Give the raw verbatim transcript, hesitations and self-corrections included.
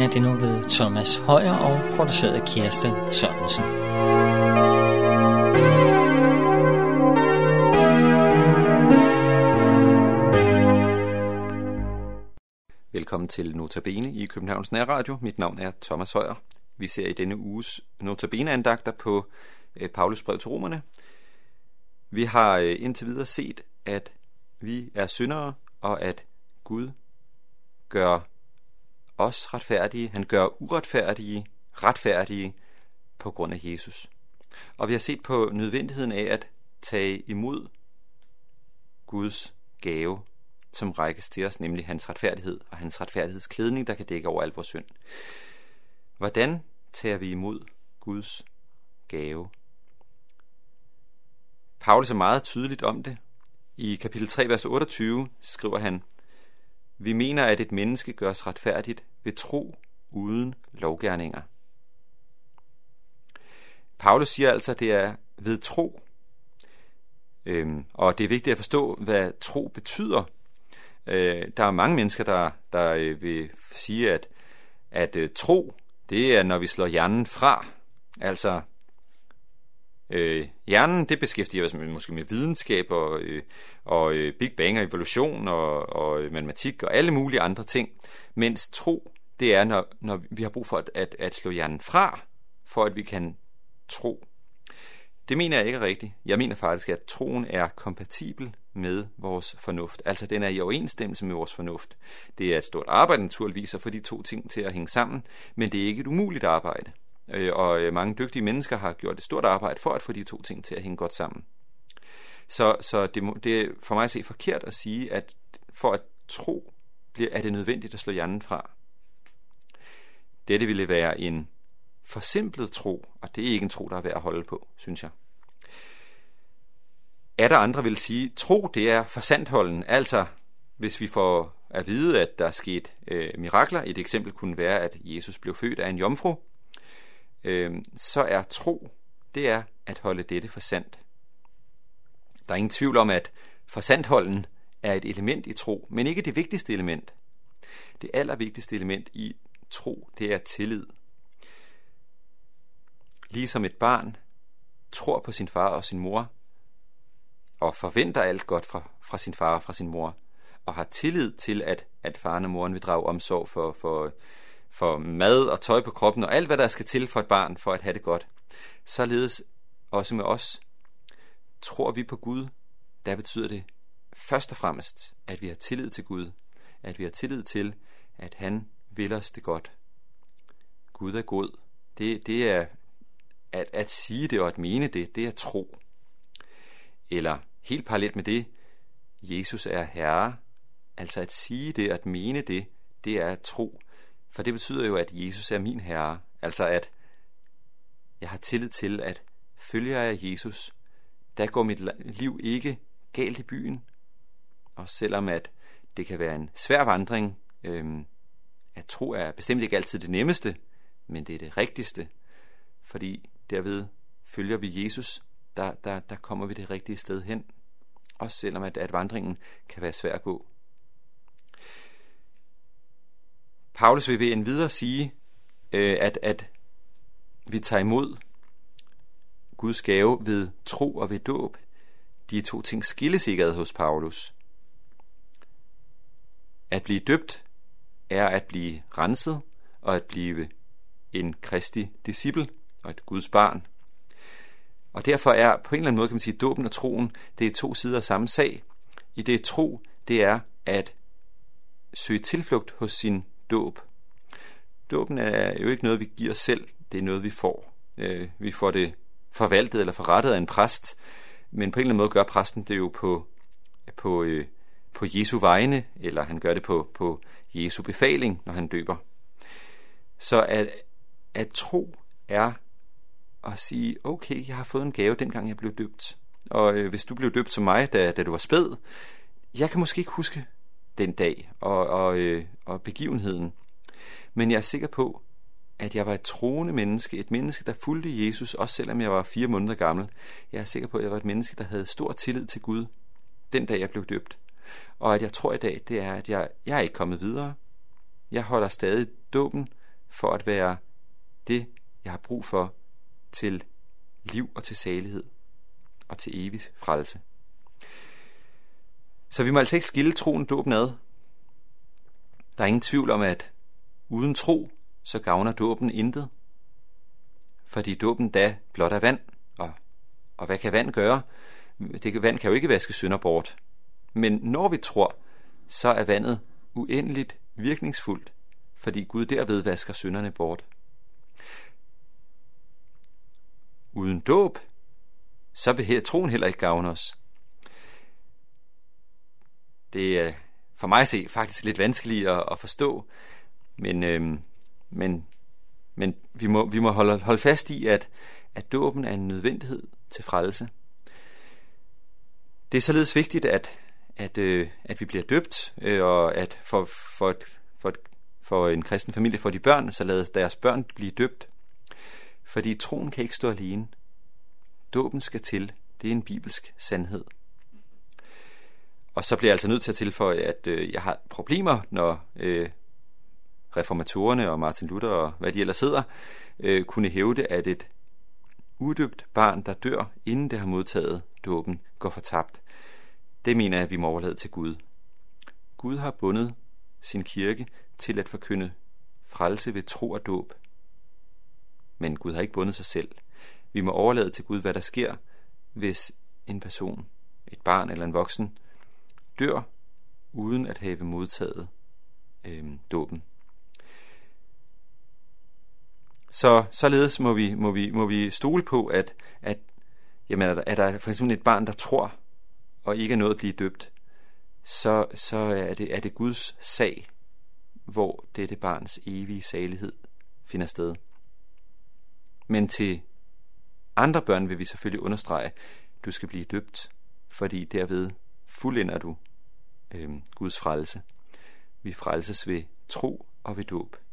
er det nu ved Thomas Højer og produceret af Kirsten Sørensen. Velkommen til Notabene i Københavns Nærradio. Mit navn er Thomas Højer. Vi ser i denne uges Notabene-andagter på Paulus brev til Romerne. Vi har indtil videre set, at vi er syndere, og at Gud gør os retfærdige. Han gør uretfærdige retfærdige på grund af Jesus. Og vi har set på nødvendigheden af at tage imod Guds gave, som rækkes til os, nemlig hans retfærdighed og hans retfærdighedsklædning, der kan dække over al vores synd. Hvordan tager vi imod Guds gave? Paulus er meget tydeligt om det. I kapitel tre, vers otteogtyve skriver han: Vi mener, at et menneske gøres retfærdigt ved tro uden lovgerninger. Paulus siger altså, at det er ved tro. Øhm, og det er vigtigt at forstå, hvad tro betyder. Øh, der er mange mennesker, der, der øh, vil sige, at, at øh, tro, det er, når vi slår hjernen fra. Altså, øh, hjernen, det beskæftiger os med, måske med videnskab og, øh, og øh, Big Bang og evolution og, og matematik og alle mulige andre ting. Mens tro, det er, når, når vi har brug for at, at, at slå hjernen fra, for at vi kan tro. Det mener jeg ikke er rigtigt. Jeg mener faktisk, at troen er kompatibel med vores fornuft. Altså, den er i overensstemmelse med vores fornuft. Det er et stort arbejde naturligvis at få de to ting til at hænge sammen, men det er ikke et umuligt arbejde. Og mange dygtige mennesker har gjort et stort arbejde for at få de to ting til at hænge godt sammen. Så, så det, må, det er for mig at se forkert at sige, at for at tro, bliver, er det nødvendigt at slå hjernen fra. Dette ville være en forsimplet tro, og det er ikke en tro, der er værd at holde på, synes jeg. Er der andre vil sige, tro det er forsandholden, altså hvis vi får at vide, at der er sket øh, mirakler, et eksempel kunne være, at Jesus blev født af en jomfru, øh, så er tro, det er at holde dette for sandt. Der er ingen tvivl om, at forsandholden er et element i tro, men ikke det vigtigste element. Det allervigtigste element i tro, det er tillid. Ligesom et barn tror på sin far og sin mor, og forventer alt godt fra, fra sin far og fra sin mor, og har tillid til, at, at faren og moren vil drage omsorg for, for, for mad og tøj på kroppen, og alt, hvad der skal til for et barn, for at have det godt. Således også med os. Tror vi på Gud, der betyder det først og fremmest, at vi har tillid til Gud, at vi har tillid til, at han vil os det godt. Gud er god. Det, det er at, at sige det og at mene det, det er tro. Eller helt parallelt med det, Jesus er Herre. Altså at sige det og at mene det, det er at tro. For det betyder jo, at Jesus er min Herre. Altså at jeg har tillid til, at følger jeg Jesus, der går mit liv ikke galt i byen. Og selvom at det kan være en svær vandring, øhm, at tro er bestemt ikke altid det nemmeste, men det er det rigtigste. Fordi derved følger vi Jesus, der, der, der kommer vi det rigtige sted hen. Også selvom at, at vandringen kan være svær at gå. Paulus vil ved en videre sige, øh, at, at vi tager imod Guds gave ved tro og ved dåb. De to ting skilles ikke ad hos Paulus. At blive døbt er at blive renset og at blive en kristi disciple og et Guds barn. Og derfor er på en eller anden måde, kan man sige, dåben og troen, det er to sider af samme sag. I det tro, det er at søge tilflugt hos sin dåb. Dåben er jo ikke noget, vi giver os selv, det er noget, vi får. Vi får det forvaltet eller forrettet af en præst, men på en eller anden måde gør præsten det jo på, på, på Jesu vegne, eller han gør det på, på Jesu befaling, når han døber. Så at, at tro er at sige, okay, jeg har fået en gave, dengang jeg blev døbt. Og øh, hvis du blev døbt som mig, da, da du var spæd, jeg kan måske ikke huske den dag og, og, øh, og begivenheden. Men jeg er sikker på, at jeg var et troende menneske, et menneske, der fulgte Jesus, også selvom jeg var fire måneder gammel. Jeg er sikker på, at jeg var et menneske, der havde stor tillid til Gud, den dag jeg blev døbt. Og at jeg tror i dag, det er, at jeg, jeg er ikke kommet videre. Jeg holder stadig dåben for at være det, jeg har brug for til liv og til salighed og til evig frelse. Så vi må altså ikke skille troen dåben ad. Der er ingen tvivl om, at uden tro, så gavner dåben intet. Fordi dåben da blot er vand. Og, og hvad kan vand gøre? Det, vand kan jo ikke vaske synder bort. Men når vi tror, så er vandet uendeligt virkningsfuldt, fordi Gud derved vasker synderne bort. Uden dåb, så vil troen heller ikke gavne os. Det er for mig at se faktisk lidt vanskeligt at, at forstå, men, øhm, men, men vi må, vi må holde, holde fast i, at, at dåben er en nødvendighed til frelse. Det er således vigtigt, at, at, øh, at vi bliver døbt, øh, og at for, for, et, for, et, for en kristen familie, for de børn, så lad deres børn blive døbt. Fordi troen kan ikke stå alene. Dåben skal til. Det er en bibelsk sandhed. Og så bliver jeg altså nødt til at tilføje, at øh, jeg har problemer, når øh, reformatorerne og Martin Luther og hvad de ellers hedder, øh, kunne hævde, at et udøbt barn, der dør, inden det har modtaget dåben, går fortabt. Det mener jeg, at vi må overlade til Gud. Gud har bundet sin kirke til at forkynde frelse ved tro og dåb. Men Gud har ikke bundet sig selv. Vi må overlade til Gud, hvad der sker, hvis en person, et barn eller en voksen, dør uden at have modtaget øh, dåben. Så således må vi, må vi, må vi stole på, at, at jamen, er, der, er der for eksempel et barn, der tror, og ikke er nået at blive døbt, så, så er, det, er det Guds sag, hvor dette barns evige salighed finder sted. Men til andre børn vil vi selvfølgelig understrege, du skal blive døbt, fordi derved fuldender du øh, Guds frelse. Vi frelses ved tro og ved dåb.